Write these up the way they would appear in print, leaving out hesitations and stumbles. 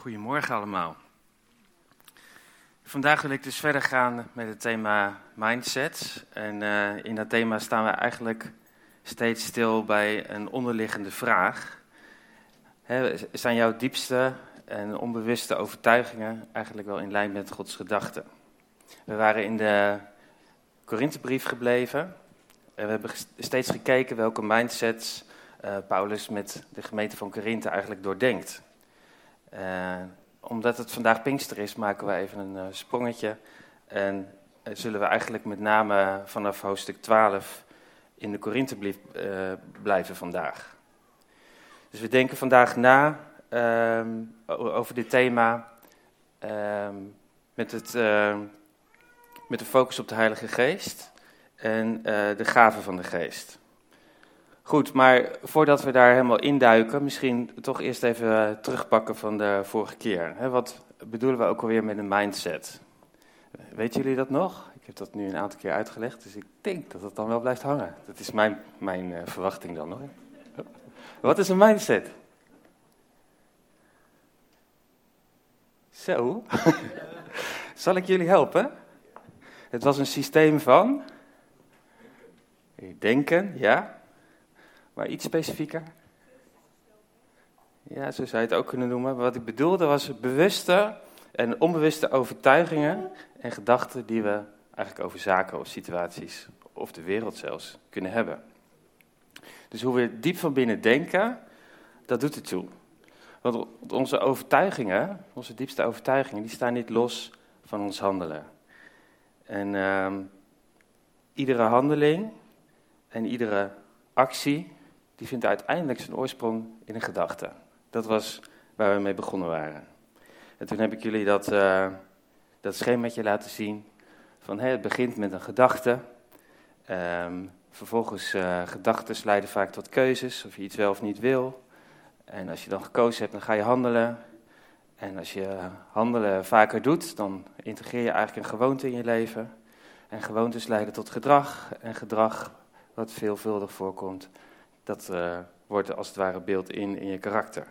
Goedemorgen allemaal. Vandaag wil ik dus verder gaan met het thema mindset. En in dat thema staan we eigenlijk steeds stil bij een onderliggende vraag. Zijn jouw diepste en onbewuste overtuigingen eigenlijk wel in lijn met Gods gedachten? We waren in de Korinthebrief gebleven. En we hebben steeds gekeken welke mindsets Paulus met de gemeente van Korinthe eigenlijk doordenkt. Omdat het vandaag Pinkster is, maken we even een sprongetje. En zullen we eigenlijk met name vanaf hoofdstuk 12 in de Korinthebrief blijven vandaag. Dus we denken vandaag na over dit thema met de focus op de Heilige Geest en de gaven van de Geest. Goed, maar voordat we daar helemaal induiken, misschien toch eerst even terugpakken van de vorige keer. Wat bedoelen we ook alweer met een mindset? Weten jullie dat nog? Ik heb dat nu een aantal keer uitgelegd, dus ik denk dat het dan wel blijft hangen. Dat is mijn verwachting dan hoor. Wat is een mindset? Zo, zal ik jullie helpen? Het was een systeem van denken, ja. Maar iets specifieker? Ja, zo zou je het ook kunnen noemen. Wat ik bedoelde was bewuste en onbewuste overtuigingen en gedachten die we eigenlijk over zaken of situaties of de wereld zelfs kunnen hebben. Dus hoe we diep van binnen denken, dat doet ertoe. Want onze overtuigingen, onze diepste overtuigingen, die staan niet los van ons handelen. En iedere handeling en iedere actie, die vindt uiteindelijk zijn oorsprong in een gedachte. Dat was waar we mee begonnen waren. En toen heb ik jullie dat schemaatje laten zien. Van het begint met een gedachte. Vervolgens gedachten leiden vaak tot keuzes, of je iets wel of niet wil. En als je dan gekozen hebt, dan ga je handelen. En als je handelen vaker doet, dan integreer je eigenlijk een gewoonte in je leven. En gewoontes leiden tot gedrag. En gedrag, wat veelvuldig voorkomt, dat wordt als het ware beeld in je karakter.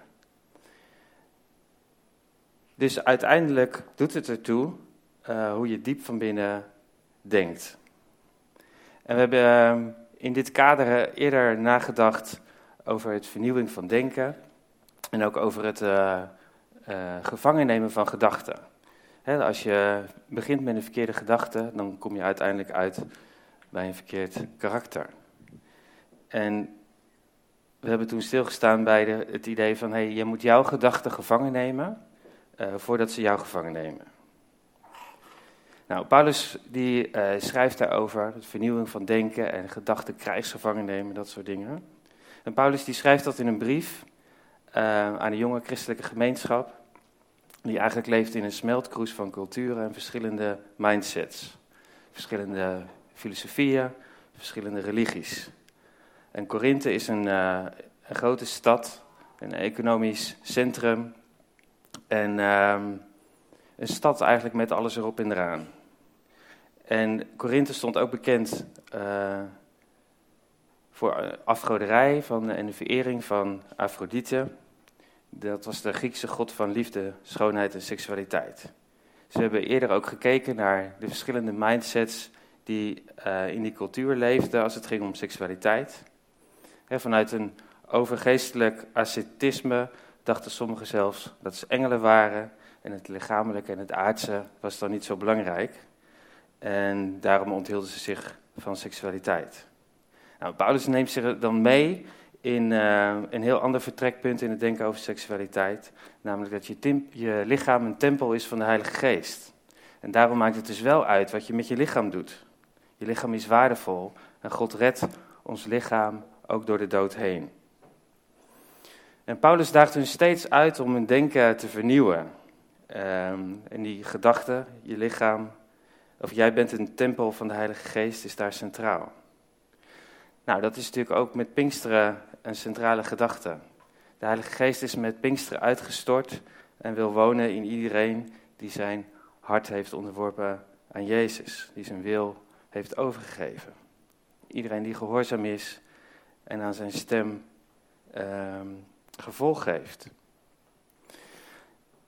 Dus uiteindelijk doet het ertoe hoe je diep van binnen denkt. En we hebben in dit kader eerder nagedacht over het vernieuwing van denken. En ook over het gevangen nemen van gedachten. Als je begint met een verkeerde gedachte, dan kom je uiteindelijk uit bij een verkeerd karakter. En we hebben toen stilgestaan bij het idee van, je moet jouw gedachten gevangen nemen, voordat ze jou gevangen nemen. Nou, Paulus die schrijft daarover, de vernieuwing van denken en gedachten krijgsgevangen nemen, dat soort dingen. En Paulus die schrijft dat in een brief aan een jonge christelijke gemeenschap, die eigenlijk leeft in een smeltkroes van culturen en verschillende mindsets. Verschillende filosofieën, verschillende religies. En Korinthe is een grote stad, een economisch centrum en een stad eigenlijk met alles erop en eraan. En Korinthe stond ook bekend voor afgoderij en de verering van Afrodite. Dat was de Griekse god van liefde, schoonheid en seksualiteit. Ze hebben eerder ook gekeken naar de verschillende mindsets die in die cultuur leefden als het ging om seksualiteit. Vanuit een overgeestelijk ascetisme dachten sommigen zelfs dat ze engelen waren en het lichamelijke en het aardse was dan niet zo belangrijk. En daarom onthielden ze zich van seksualiteit. Nou, Paulus neemt zich dan mee in een heel ander vertrekpunt in het denken over seksualiteit. Namelijk dat je lichaam een tempel is van de Heilige Geest. En daarom maakt het dus wel uit wat je met je lichaam doet. Je lichaam is waardevol en God redt ons lichaam ook door de dood heen. En Paulus daagt hun steeds uit om hun denken te vernieuwen. En die gedachte, je lichaam, of jij bent een tempel van de Heilige Geest, is daar centraal. Nou, dat is natuurlijk ook met Pinksteren een centrale gedachte. De Heilige Geest is met Pinksteren uitgestort en wil wonen in iedereen die zijn hart heeft onderworpen aan Jezus, die zijn wil heeft overgegeven. Iedereen die gehoorzaam is en aan zijn stem gevolg geeft.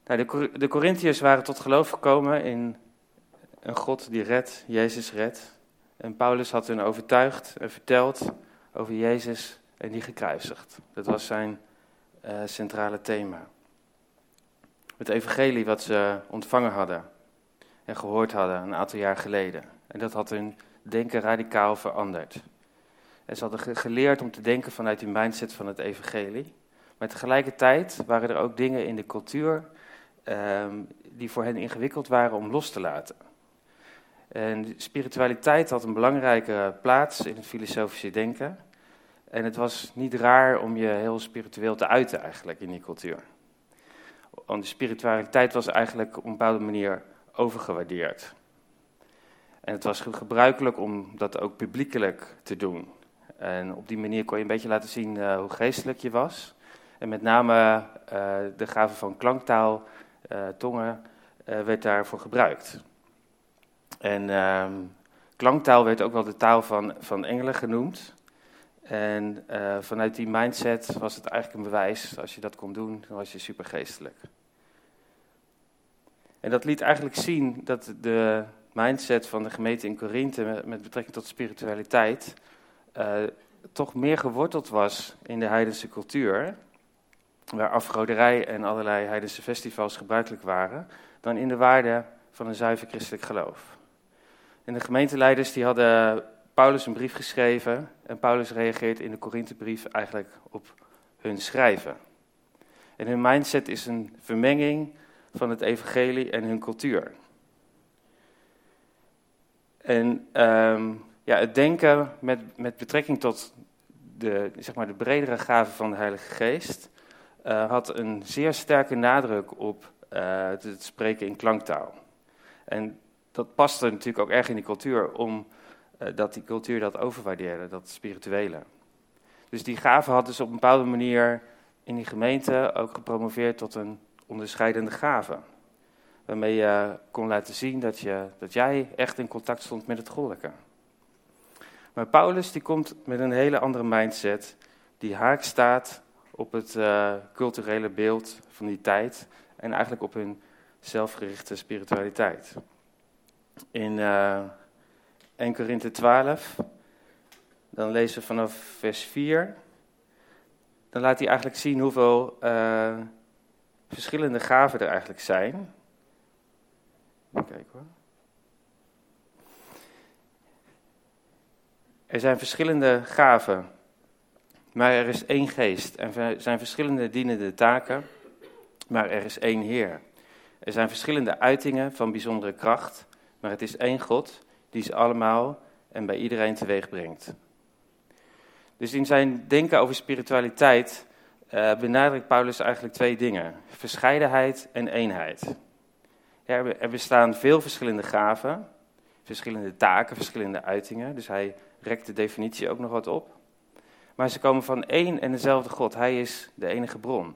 Nou, de Corinthiërs waren tot geloof gekomen in een God die redt, Jezus redt. En Paulus had hen overtuigd en verteld over Jezus en die gekruisigd. Dat was zijn centrale thema. Het evangelie wat ze ontvangen hadden en gehoord hadden een aantal jaar geleden. En dat had hun denken radicaal veranderd. En ze hadden geleerd om te denken vanuit die mindset van het evangelie. Maar tegelijkertijd waren er ook dingen in de cultuur die voor hen ingewikkeld waren om los te laten. En spiritualiteit had een belangrijke plaats in het filosofische denken. En het was niet raar om je heel spiritueel te uiten eigenlijk in die cultuur. Want de spiritualiteit was eigenlijk op een bepaalde manier overgewaardeerd. En het was gebruikelijk om dat ook publiekelijk te doen. En op die manier kon je een beetje laten zien hoe geestelijk je was. En met name de gave van klanktaal, tongen, werd daarvoor gebruikt. En klanktaal werd ook wel de taal van engelen genoemd. En vanuit die mindset was het eigenlijk een bewijs, als je dat kon doen, dan was je supergeestelijk. En dat liet eigenlijk zien dat de mindset van de gemeente in Korinthe met betrekking tot spiritualiteit toch meer geworteld was in de heidense cultuur, waar afgoderij en allerlei heidense festivals gebruikelijk waren, dan in de waarde van een zuiver christelijk geloof. En de gemeenteleiders die hadden Paulus een brief geschreven en Paulus reageert in de Korinthebrief eigenlijk op hun schrijven. En hun mindset is een vermenging van het evangelie en hun cultuur. En het denken met betrekking tot de bredere gave van de Heilige Geest had een zeer sterke nadruk op het spreken in klanktaal. En dat paste natuurlijk ook erg in die cultuur, dat die cultuur dat overwaardeerde, dat spirituele. Dus die gave hadden ze op een bepaalde manier in die gemeente ook gepromoveerd tot een onderscheidende gave. Waarmee je kon laten zien dat jij echt in contact stond met het goddelijke. Maar Paulus die komt met een hele andere mindset, die haak staat op het culturele beeld van die tijd en eigenlijk op hun zelfgerichte spiritualiteit. In 1 Korinthe 12, dan lezen we vanaf vers 4, dan laat hij eigenlijk zien hoeveel verschillende gaven er eigenlijk zijn. Even kijken hoor. Er zijn verschillende gaven, maar er is één geest. En er zijn verschillende dienende taken, maar er is één Heer. Er zijn verschillende uitingen van bijzondere kracht, maar het is één God die ze allemaal en bij iedereen teweeg brengt. Dus in zijn denken over spiritualiteit benadrukt Paulus eigenlijk twee dingen. Verscheidenheid en eenheid. Ja, er bestaan veel verschillende gaven, verschillende taken, verschillende uitingen. Dus hij rekt de definitie ook nog wat op. Maar ze komen van één en dezelfde God. Hij is de enige bron.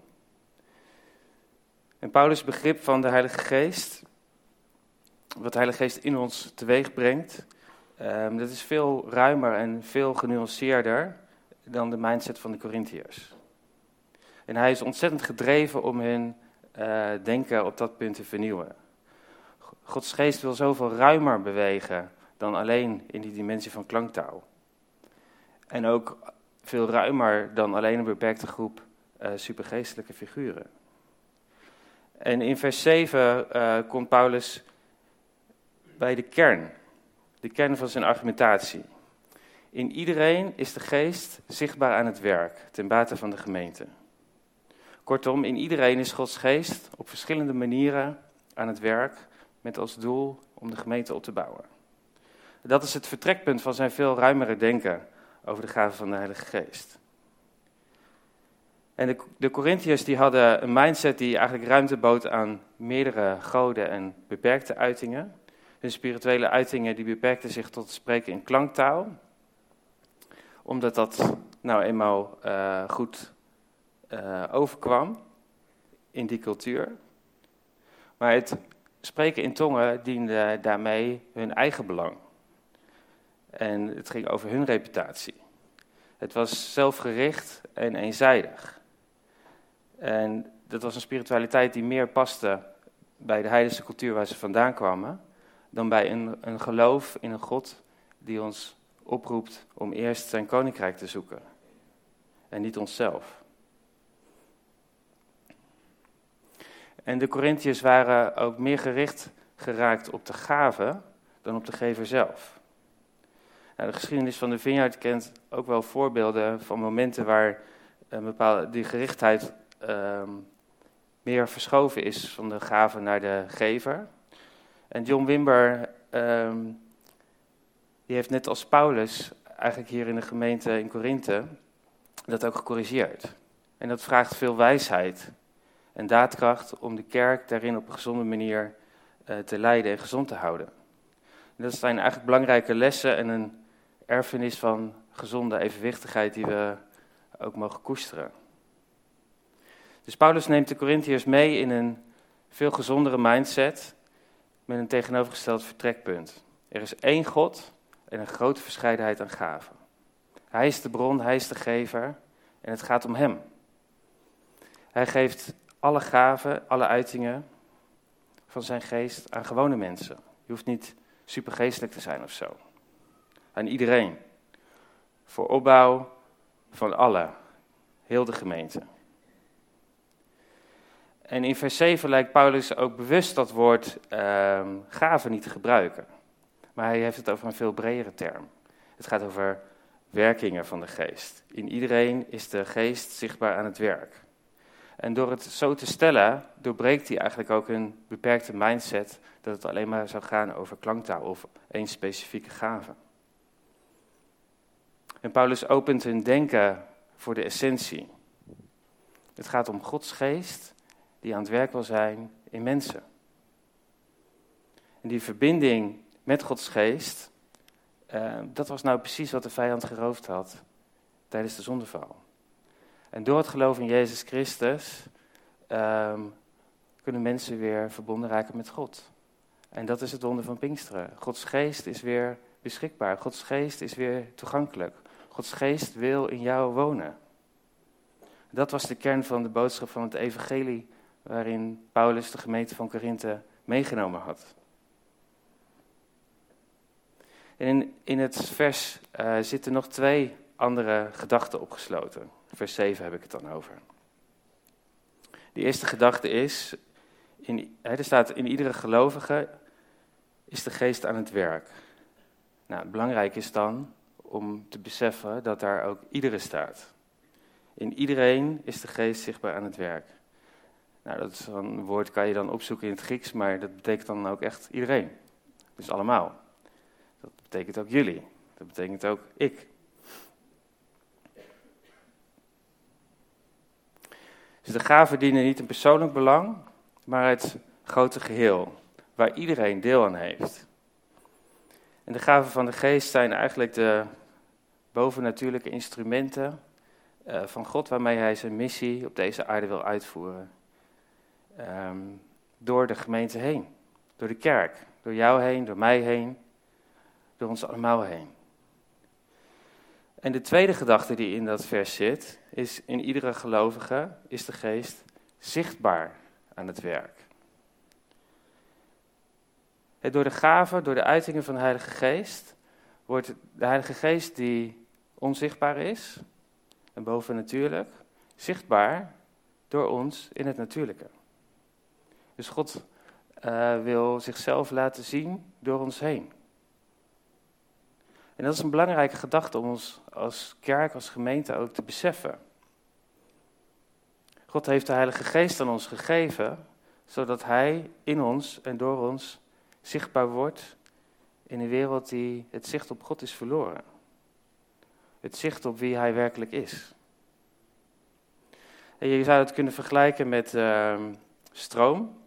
En Paulus' begrip van de Heilige Geest, wat de Heilige Geest in ons teweeg brengt, dat is veel ruimer en veel genuanceerder dan de mindset van de Corinthiërs. En hij is ontzettend gedreven om hun denken op dat punt te vernieuwen. Gods Geest wil zoveel ruimer bewegen dan alleen in die dimensie van klanktaal. En ook veel ruimer dan alleen een beperkte groep supergeestelijke figuren. En in vers 7 komt Paulus bij de kern van zijn argumentatie. In iedereen is de geest zichtbaar aan het werk, ten bate van de gemeente. Kortom, in iedereen is Gods geest op verschillende manieren aan het werk, met als doel om de gemeente op te bouwen. Dat is het vertrekpunt van zijn veel ruimere denken over de gave van de Heilige Geest. En de Corinthiërs die hadden een mindset die eigenlijk ruimte bood aan meerdere goden en beperkte uitingen. Hun spirituele uitingen die beperkten zich tot het spreken in klanktaal. Omdat dat nou eenmaal goed overkwam in die cultuur. Maar het spreken in tongen diende daarmee hun eigen belang. En het ging over hun reputatie. Het was zelfgericht en eenzijdig. En dat was een spiritualiteit die meer paste bij de heidense cultuur waar ze vandaan kwamen, dan bij een geloof in een God die ons oproept om eerst zijn koninkrijk te zoeken. En niet onszelf. En de Korintiërs waren ook meer gericht geraakt op de gave dan op de gever zelf. Nou, de geschiedenis van de Vineyard kent ook wel voorbeelden van momenten waar die gerichtheid meer verschoven is van de gave naar de gever. En John Wimber, die heeft net als Paulus eigenlijk hier in de gemeente in Korinthe dat ook gecorrigeerd. En dat vraagt veel wijsheid en daadkracht om de kerk daarin op een gezonde manier te leiden en gezond te houden. En dat zijn eigenlijk belangrijke lessen en een erfenis van gezonde evenwichtigheid die we ook mogen koesteren. Dus Paulus neemt de Korintiërs mee in een veel gezondere mindset met een tegenovergesteld vertrekpunt. Er is één God en een grote verscheidenheid aan gaven. Hij is de bron, hij is de gever en het gaat om hem. Hij geeft alle gaven, alle uitingen van zijn geest aan gewone mensen. Je hoeft niet supergeestelijk te zijn of zo. Aan iedereen. Voor opbouw van allen. Heel de gemeente. En in vers 7 lijkt Paulus ook bewust dat woord gaven niet te gebruiken. Maar hij heeft het over een veel bredere term. Het gaat over werkingen van de geest. In iedereen is de geest zichtbaar aan het werk. En door het zo te stellen, doorbreekt hij eigenlijk ook een beperkte mindset dat het alleen maar zou gaan over klanktaal of één specifieke gave. En Paulus opent hun denken voor de essentie. Het gaat om Gods geest die aan het werk wil zijn in mensen. En die verbinding met Gods geest, dat was nou precies wat de vijand geroofd had tijdens de zondeval. En door het geloof in Jezus Christus kunnen mensen weer verbonden raken met God. En dat is het wonder van Pinksteren. Gods geest is weer beschikbaar. Gods geest is weer toegankelijk. Gods geest wil in jou wonen. Dat was de kern van de boodschap van het evangelie waarin Paulus de gemeente van Korinthe meegenomen had. En in het vers zitten nog 2 andere gedachten opgesloten. Vers 7 heb ik het dan over. De eerste gedachte is, er staat in iedere gelovige is de geest aan het werk. Nou, belangrijk is dan om te beseffen dat daar ook iedere staat. In iedereen is de geest zichtbaar aan het werk. Nou, dat is een woord kan je dan opzoeken in het Grieks, maar dat betekent dan ook echt iedereen. Dus allemaal. Dat betekent ook jullie. Dat betekent ook ik. Dus de gaven dienen niet een persoonlijk belang, maar het grote geheel, waar iedereen deel aan heeft. En de gaven van de geest zijn eigenlijk de bovennatuurlijke instrumenten van God, waarmee hij zijn missie op deze aarde wil uitvoeren. Door de gemeente heen, door de kerk, door jou heen, door mij heen, door ons allemaal heen. En de tweede gedachte die in dat vers zit, is in iedere gelovige is de geest zichtbaar aan het werk. Door de gaven, door de uitingen van de Heilige Geest, wordt de Heilige Geest die onzichtbaar is en bovennatuurlijk, zichtbaar door ons in het natuurlijke. Dus God wil zichzelf laten zien door ons heen. En dat is een belangrijke gedachte om ons als kerk, als gemeente ook te beseffen. God heeft de Heilige Geest aan ons gegeven, zodat Hij in ons en door ons zichtbaar wordt in een wereld die het zicht op God is verloren. Het zicht op wie Hij werkelijk is. En je zou het kunnen vergelijken met stroom.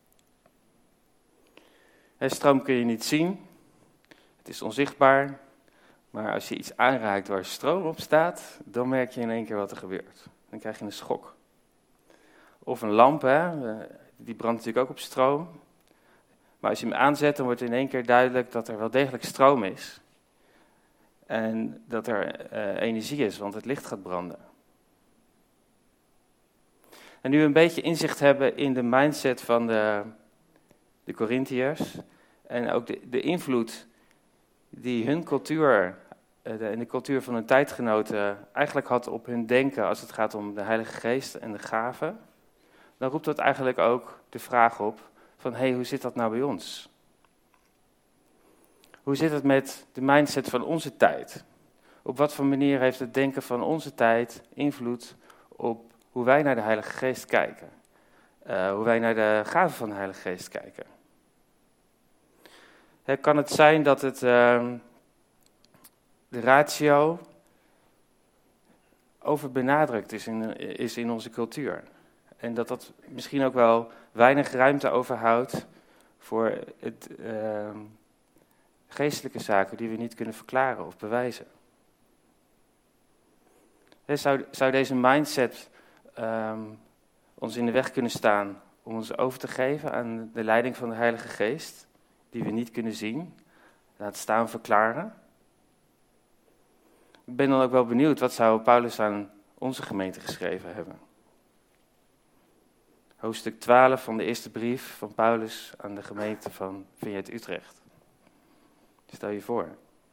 Stroom kun je niet zien, het is onzichtbaar. Maar als je iets aanraakt waar stroom op staat, dan merk je in één keer wat er gebeurt. Dan krijg je een schok. Of een lamp, die brandt natuurlijk ook op stroom. Maar als je hem aanzet, dan wordt in één keer duidelijk dat er wel degelijk stroom is. En dat er energie is, want het licht gaat branden. En nu we een beetje inzicht hebben in de mindset van de Corinthiërs en ook de invloed die hun cultuur en de cultuur van hun tijdgenoten eigenlijk had op hun denken als het gaat om de Heilige Geest en de gaven, dan roept dat eigenlijk ook de vraag op van, hoe zit dat nou bij ons? Hoe zit het met de mindset van onze tijd? Op wat voor manier heeft het denken van onze tijd invloed op hoe wij naar de Heilige Geest kijken? Hoe wij naar de gaven van de Heilige Geest kijken? Kan het zijn dat het de ratio overbenadrukt is in onze cultuur? En dat dat misschien ook wel weinig ruimte overhoudt voor het geestelijke zaken die we niet kunnen verklaren of bewijzen. Zou deze mindset ons in de weg kunnen staan om ons over te geven aan de leiding van de Heilige Geest, die we niet kunnen zien, laten staan verklaren? Ik ben dan ook wel benieuwd, wat zou Paulus aan onze gemeente geschreven hebben? Hoofdstuk 12 van de eerste brief van Paulus aan de gemeente van Vineyard Utrecht. Stel je voor.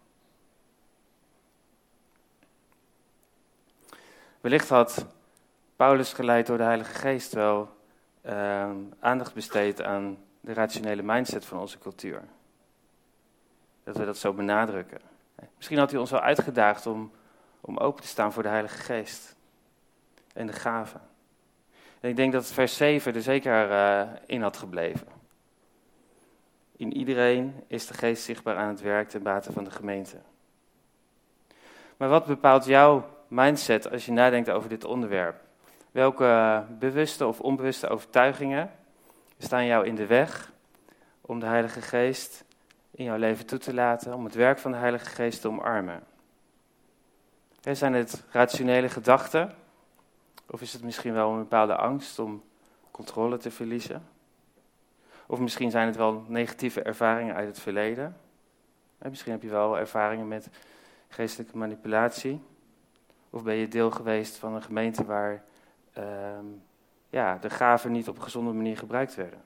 Wellicht had Paulus, geleid door de Heilige Geest, wel aandacht besteed aan de rationele mindset van onze cultuur. Dat we dat zo benadrukken. Misschien had hij ons wel uitgedaagd om open te staan voor de Heilige Geest en de gaven. En ik denk dat vers 7 er zeker in had gebleven. In iedereen is de Geest zichtbaar aan het werk ten bate van de gemeente. Maar wat bepaalt jouw mindset als je nadenkt over dit onderwerp? Welke bewuste of onbewuste overtuigingen staan jou in de weg om de Heilige Geest in jouw leven toe te laten, om het werk van de Heilige Geest te omarmen? Zijn het rationele gedachten? Of is het misschien wel een bepaalde angst om controle te verliezen? Of misschien zijn het wel negatieve ervaringen uit het verleden. Misschien heb je wel ervaringen met geestelijke manipulatie. Of ben je deel geweest van een gemeente waar de gaven niet op een gezonde manier gebruikt werden.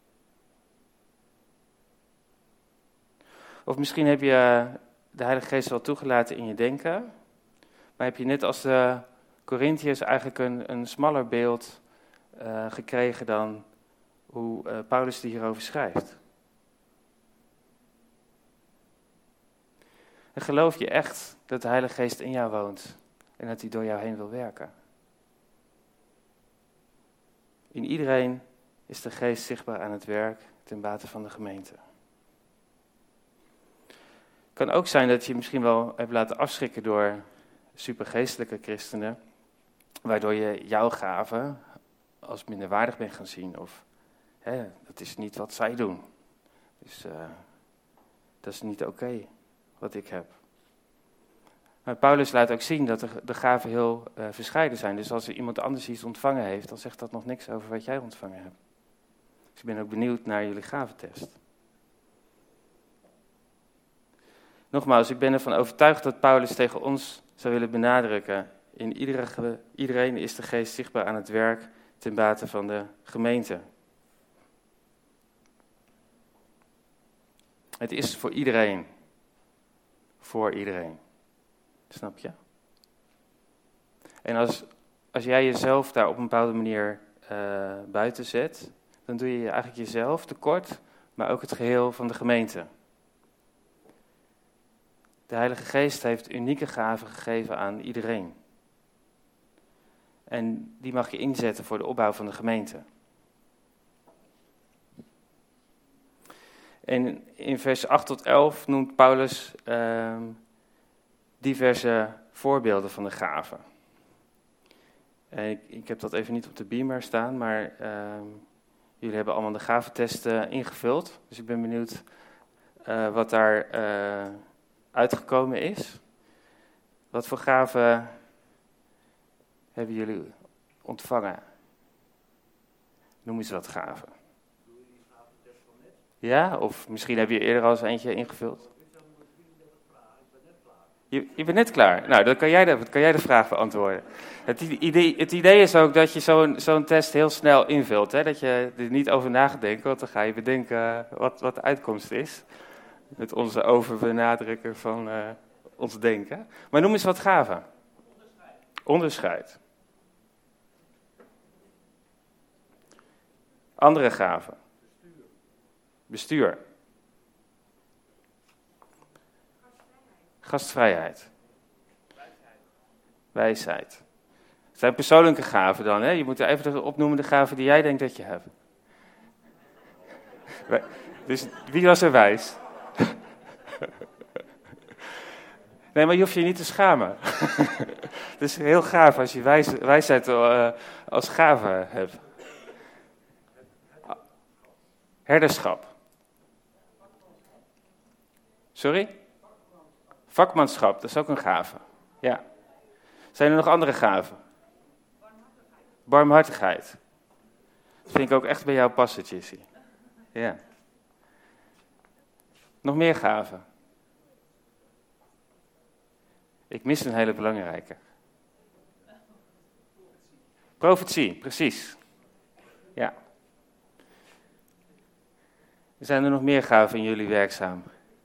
Of misschien heb je de Heilige Geest wel toegelaten in je denken, maar heb je net als de Corinthiërs eigenlijk een smaller beeld gekregen dan hoe Paulus hierover schrijft. En geloof je echt dat de Heilige Geest in jou woont en dat hij door jou heen wil werken? In iedereen is de Geest zichtbaar aan het werk ten bate van de gemeente. Het kan ook zijn dat je misschien wel hebt laten afschrikken door supergeestelijke christenen, waardoor je jouw gaven als minderwaardig bent gaan zien. Of dat is niet wat zij doen. Dus dat is niet oké wat ik heb. Maar Paulus laat ook zien dat de gaven heel verscheiden zijn. Dus als er iemand anders iets ontvangen heeft, dan zegt dat nog niks over wat jij ontvangen hebt. Dus ik ben ook benieuwd naar jullie gaventest. Nogmaals, ik ben ervan overtuigd dat Paulus tegen ons zou willen benadrukken: in iedereen is de Geest zichtbaar aan het werk ten bate van de gemeente. Het is voor iedereen. Voor iedereen. Snap je? En als jij jezelf daar op een bepaalde manier buiten zet, dan doe je eigenlijk jezelf tekort, maar ook het geheel van de gemeente. De Heilige Geest heeft unieke gaven gegeven aan iedereen. En die mag je inzetten voor de opbouw van de gemeente. En in vers 8 tot 11 noemt Paulus diverse voorbeelden van de gaven. Ik heb dat even niet op de beamer staan, maar jullie hebben allemaal de gaventest ingevuld. Dus ik ben benieuwd wat daar uitgekomen is. Wat voor gaven hebben jullie ontvangen? Noem eens wat gaven. Doe je die gaventest van net? Ja, of misschien heb je eerder al eens eentje ingevuld. Ik ben net klaar. Je bent net klaar. Nou, dan kan jij de vraag beantwoorden. Het idee is ook dat je zo'n test heel snel invult. Hè? Dat je er niet over na gaat denken, want dan ga je bedenken wat de uitkomst is. Met onze overbenadrukken van ons denken. Maar noem eens wat gaven. Onderscheid. Andere gaven. Bestuur. Gastvrijheid. Wijsheid. Het zijn persoonlijke gaven dan, hè? Je moet even opnoemen de gaven die jij denkt dat je hebt. Dus wie was er wijs? Nee, maar je hoeft je niet te schamen. Het is heel gaaf als je wijsheid als gave hebt. Herderschap. Sorry? Vakmanschap, dat is ook een gave. Ja. Zijn er nog andere gaven? Barmhartigheid. Dat vind ik ook echt bij jou passen, Jissy. Ja. Nog meer gaven? Ik mis een hele belangrijke. Profetie, precies. Ja. Zijn er nog meer gaven in jullie werkzaam?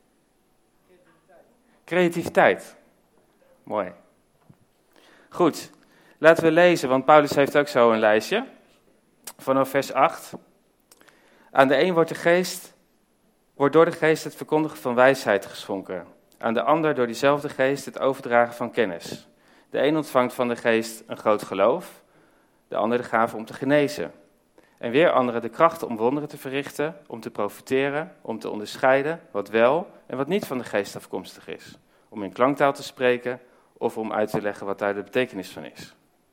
Creativiteit. Mooi. Goed, laten we lezen, want Paulus heeft ook zo een lijstje. Vanaf vers 8. Aan de een wordt door de geest het verkondigen van wijsheid geschonken. Aan de ander door diezelfde geest het overdragen van kennis. De een ontvangt van de geest een groot geloof, de ander de gave om te genezen. En weer anderen de kracht om wonderen te verrichten, om te profiteren, om te onderscheiden wat wel en wat niet van de geest afkomstig is. Om in klanktaal te spreken of om uit te leggen wat daar de betekenis van is.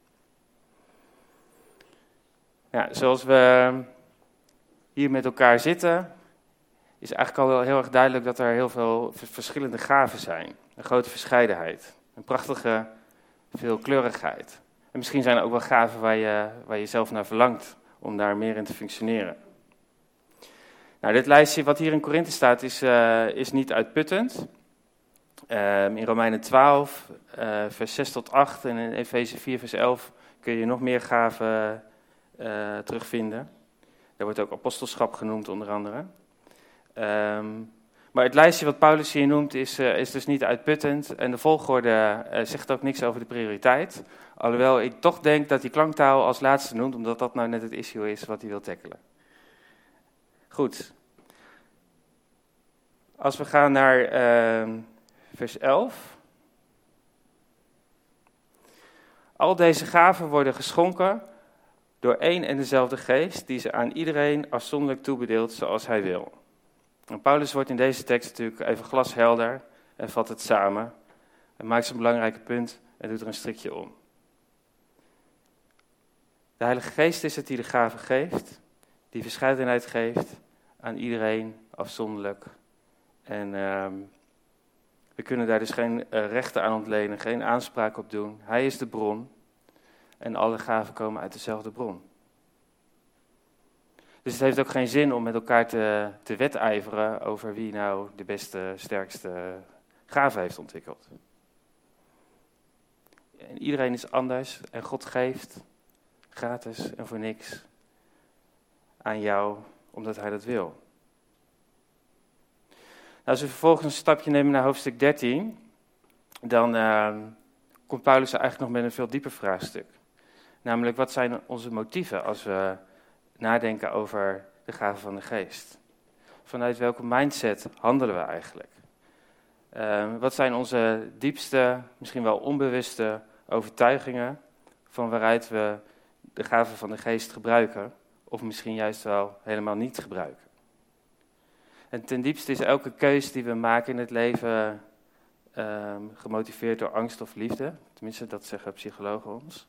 Ja, zoals we hier met elkaar zitten, is eigenlijk al wel heel erg duidelijk dat er heel veel verschillende gaven zijn. Een grote verscheidenheid, een prachtige veelkleurigheid. En misschien zijn er ook wel gaven waar je zelf naar verlangt om daar meer in te functioneren. Nou, dit lijstje wat hier in Korinthe staat is niet uitputtend. In Romeinen 12, vers 6 tot 8 en in Efeze 4, vers 11 kun je nog meer gaven terugvinden. Daar wordt ook apostelschap genoemd onder andere. Maar het lijstje wat Paulus hier noemt is dus niet uitputtend. En de volgorde zegt ook niks over de prioriteit. Alhoewel ik toch denk dat hij klanktaal als laatste noemt, omdat dat nou net het issue is wat hij wil tackelen. Goed. Als we gaan naar vers 11. Al deze gaven worden geschonken door één en dezelfde geest, die ze aan iedereen afzonderlijk toebedeelt zoals hij wil. En Paulus wordt in deze tekst natuurlijk even glashelder en vat het samen. En maakt zijn belangrijke punt en doet er een strikje om. De Heilige Geest is het die de gaven geeft, die verscheidenheid geeft aan iedereen afzonderlijk. En we kunnen daar dus geen rechten aan ontlenen, geen aanspraak op doen. Hij is de bron en alle gaven komen uit dezelfde bron. Dus het heeft ook geen zin om met elkaar te wedijveren over wie nou de beste, sterkste gave heeft ontwikkeld. En iedereen is anders en God geeft gratis en voor niks aan jou, omdat hij dat wil. Nou, als we vervolgens een stapje nemen naar hoofdstuk 13, dan komt Paulus eigenlijk nog met een veel dieper vraagstuk. Namelijk, wat zijn onze motieven als we nadenken over de gaven van de geest? Vanuit welke mindset handelen we eigenlijk? Wat zijn onze diepste, misschien wel onbewuste overtuigingen van waaruit we de gaven van de geest gebruiken, of misschien juist wel helemaal niet gebruiken? En ten diepste is elke keus die we maken in het leven gemotiveerd door angst of liefde. Tenminste, dat zeggen psychologen ons.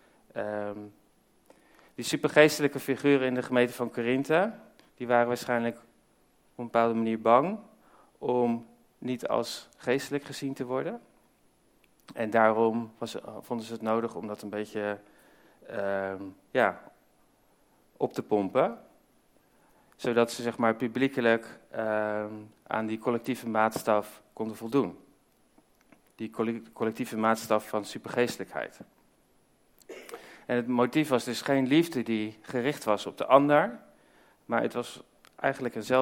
Die supergeestelijke figuren in de gemeente van Korinthe, die waren waarschijnlijk op een bepaalde manier bang om niet als geestelijk gezien te worden. En daarom vonden ze het nodig om dat een beetje op te pompen. Zodat ze zeg maar publiekelijk aan die collectieve maatstaf konden voldoen. die collectieve maatstaf van supergeestelijkheid. En het motief was dus geen liefde die gericht was op de ander, maar het was eigenlijk een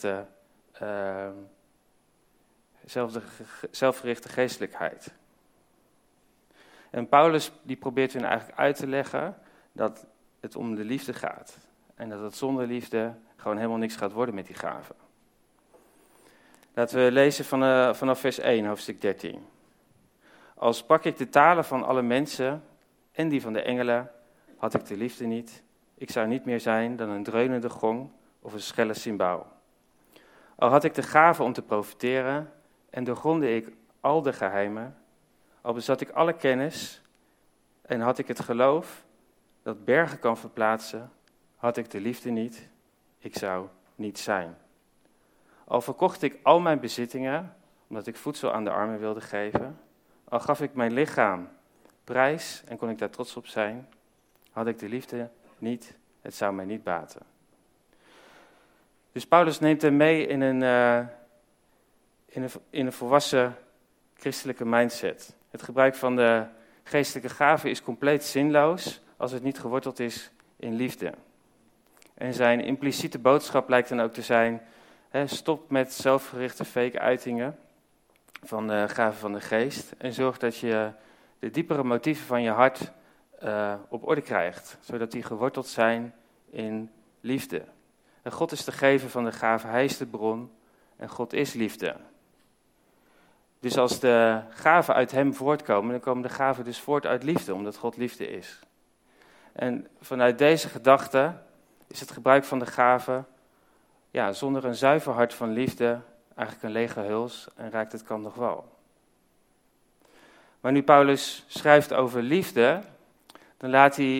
zelfgerichte geestelijkheid. En Paulus die probeert hun eigenlijk uit te leggen dat het om de liefde gaat. En dat het zonder liefde gewoon helemaal niks gaat worden met die gaven. Laten we lezen vanaf vers 1, hoofdstuk 13. Al sprak ik de talen van alle mensen en die van de engelen, had ik de liefde niet. Ik zou niet meer zijn dan een dreunende gong of een schelle cymbaal. Al had ik de gave om te profeteren en doorgrondde ik al de geheimen, al bezat ik alle kennis en had ik het geloof dat bergen kan verplaatsen, had ik de liefde niet, ik zou niet zijn. Al verkocht ik al mijn bezittingen, omdat ik voedsel aan de armen wilde geven, al gaf ik mijn lichaam prijs en kon ik daar trots op zijn, had ik de liefde niet, het zou mij niet baten. Dus Paulus neemt hem mee in een volwassen christelijke mindset. Het gebruik van de geestelijke gaven is compleet zinloos als het niet geworteld is in liefde. En zijn impliciete boodschap lijkt dan ook te zijn, stop met zelfgerichte fake uitingen van de gaven van de geest en zorg dat je de diepere motieven van je hart op orde krijgt, zodat die geworteld zijn in liefde. En God is de gever van de gaven, hij is de bron en God is liefde. Dus als de gaven uit hem voortkomen, dan komen de gaven dus voort uit liefde, omdat God liefde is. En vanuit deze gedachte is het gebruik van de gaven, zonder een zuiver hart van liefde, eigenlijk een lege huls en raakt het kan nog wel. Maar nu Paulus schrijft over liefde, dan laat hij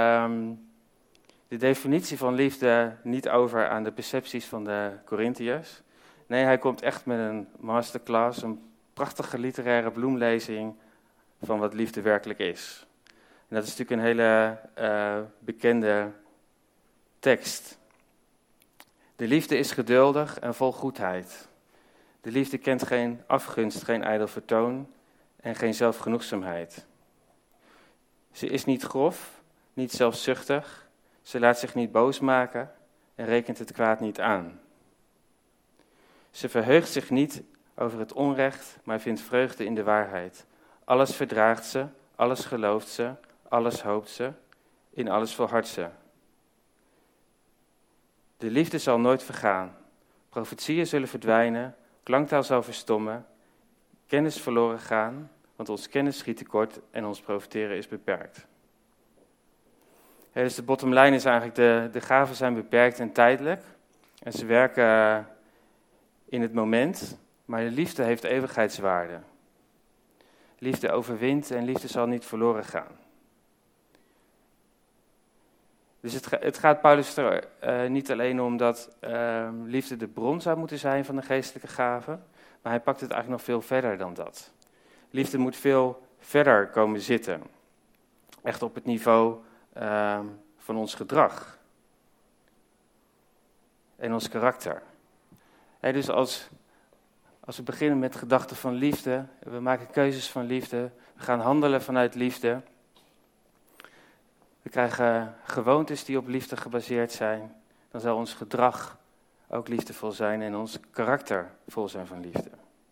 de definitie van liefde niet over aan de percepties van de Korintiërs. Nee, hij komt echt met een masterclass, een prachtige literaire bloemlezing van wat liefde werkelijk is. En dat is natuurlijk een hele bekende tekst. De liefde is geduldig en vol goedheid. De liefde kent geen afgunst, geen ijdel vertoon en geen zelfgenoegzaamheid. Ze is niet grof, niet zelfzuchtig, ze laat zich niet boos maken en rekent het kwaad niet aan. Ze verheugt zich niet over het onrecht, maar vindt vreugde in de waarheid. Alles verdraagt ze, alles gelooft ze, alles hoopt ze, in alles volhardt ze. De liefde zal nooit vergaan. Profetieën zullen verdwijnen, klanktaal zal verstommen, kennis verloren gaan, want ons kennis schiet tekort en ons profiteren is beperkt. Dus de bottom line is eigenlijk, de gaven zijn beperkt en tijdelijk. En ze werken in het moment, maar de liefde heeft eeuwigheidswaarde. Liefde overwint en liefde zal niet verloren gaan. Dus het gaat Paulus er niet alleen om dat liefde de bron zou moeten zijn van de geestelijke gaven, maar hij pakt het eigenlijk nog veel verder dan dat. Liefde moet veel verder komen zitten. Echt op het niveau van ons gedrag. En ons karakter. Dus als we beginnen met gedachten van liefde, we maken keuzes van liefde, we gaan handelen vanuit liefde. We krijgen gewoontes die op liefde gebaseerd zijn. Dan zal ons gedrag ook liefdevol zijn en ons karakter vol zijn van liefde.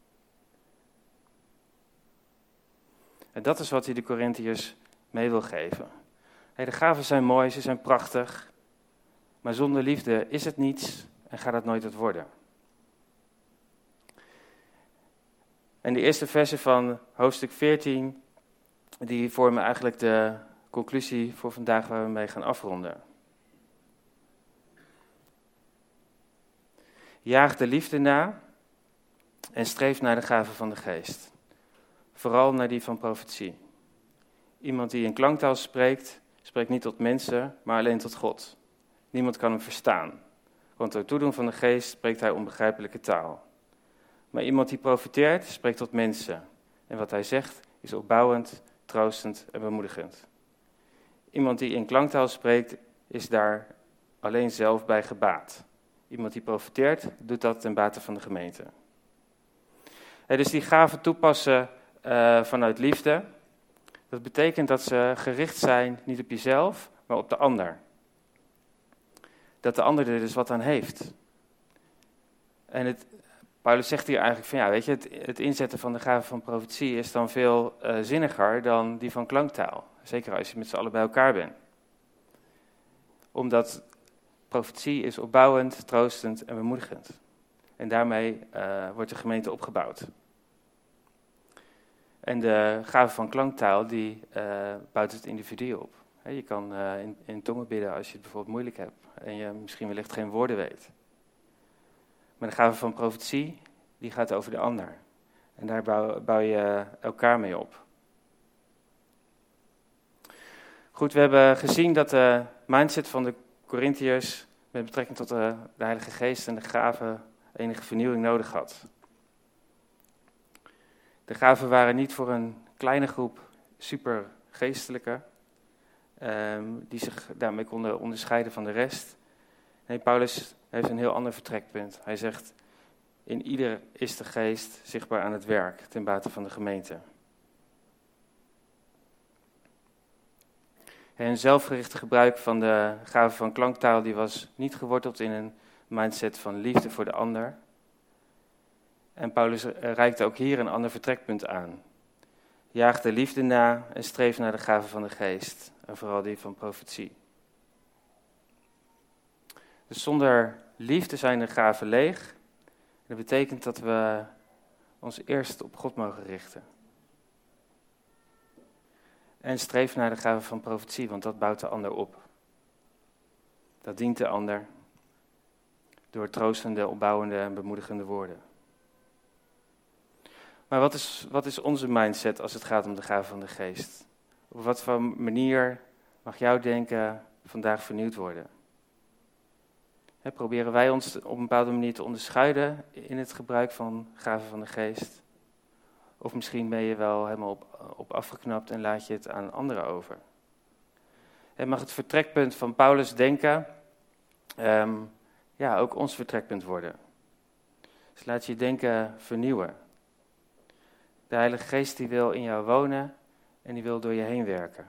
En dat is wat hij de Korintiërs mee wil geven. De gaven zijn mooi, ze zijn prachtig. Maar zonder liefde is het niets en gaat het nooit het worden. En de eerste versen van hoofdstuk 14, die vormen eigenlijk de conclusie voor vandaag waar we mee gaan afronden. Jaag de liefde na en streef naar de gaven van de geest. Vooral naar die van profetie. Iemand die in klanktaal spreekt, spreekt niet tot mensen, maar alleen tot God. Niemand kan hem verstaan, want door toedoen van de geest spreekt hij onbegrijpelijke taal. Maar iemand die profeteert, spreekt tot mensen. En wat hij zegt is opbouwend, troostend en bemoedigend. Iemand die in klanktaal spreekt, is daar alleen zelf bij gebaat. Iemand die profeteert, doet dat ten bate van de gemeente. Dus die gaven toepassen vanuit liefde. Dat betekent dat ze gericht zijn niet op jezelf, maar op de ander. Dat de ander er dus wat aan heeft. En Paulus zegt hier eigenlijk van, ja, weet je, het inzetten van de gave van profetie is dan veel zinniger dan die van klanktaal. Zeker als je met z'n allen bij elkaar bent. Omdat profetie is opbouwend, troostend en bemoedigend. En daarmee wordt de gemeente opgebouwd. En de gave van klanktaal, die bouwt het individu op. Je kan in tongen bidden als je het bijvoorbeeld moeilijk hebt. En je misschien wellicht geen woorden weet. Maar de gave van profetie, die gaat over de ander. En daar bouw je elkaar mee op. Goed, we hebben gezien dat de mindset van de Korintiërs met betrekking tot de Heilige Geest en de gaven enige vernieuwing nodig had. De gaven waren niet voor een kleine groep supergeestelijke, die zich daarmee konden onderscheiden van de rest. Nee, Paulus heeft een heel ander vertrekpunt. Hij zegt, in ieder is de geest zichtbaar aan het werk ten bate van de gemeente. En zelfgerichte gebruik van de gave van klanktaal, die was niet geworteld in een mindset van liefde voor de ander. En Paulus reikt ook hier een ander vertrekpunt aan. Jaag de liefde na en streef naar de gave van de geest. En vooral die van profetie. Dus zonder liefde zijn de gaven leeg. Dat betekent dat we ons eerst op God mogen richten. En streef naar de gave van profetie, want dat bouwt de ander op. Dat dient de ander door troostende, opbouwende en bemoedigende woorden. Maar wat is onze mindset als het gaat om de gave van de geest? Op wat voor manier mag jouw denken vandaag vernieuwd worden? Proberen wij ons op een bepaalde manier te onderscheiden in het gebruik van gaven van de geest? Of misschien ben je wel helemaal op afgeknapt en laat je het aan anderen over? Mag het vertrekpunt van Paulus' denken ook ons vertrekpunt worden? Dus laat je denken vernieuwen. De Heilige Geest die wil in jou wonen en die wil door je heen werken.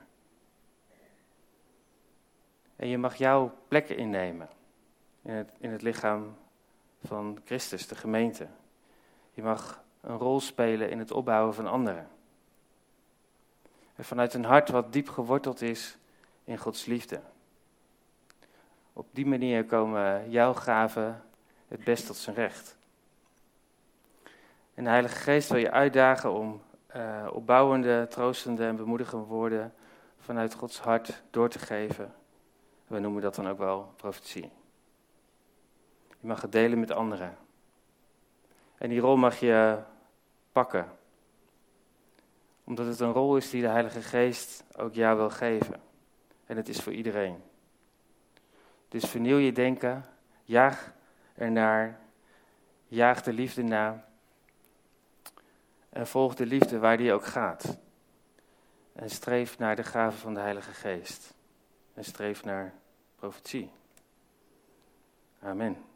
En je mag jouw plek innemen in het lichaam van Christus, de gemeente. Je mag een rol spelen in het opbouwen van anderen. En vanuit een hart wat diep geworteld is in Gods liefde. Op die manier komen jouw gaven het best tot zijn recht. En de Heilige Geest wil je uitdagen om opbouwende, troostende en bemoedigende woorden vanuit Gods hart door te geven. We noemen dat dan ook wel profetie. Je mag het delen met anderen. En die rol mag je pakken. Omdat het een rol is die de Heilige Geest ook jou wil geven. En het is voor iedereen. Dus vernieuw je denken, jaag ernaar, jaag de liefde na. En volg de liefde waar die ook gaat. En streef naar de gave van de Heilige Geest. En streef naar profetie. Amen.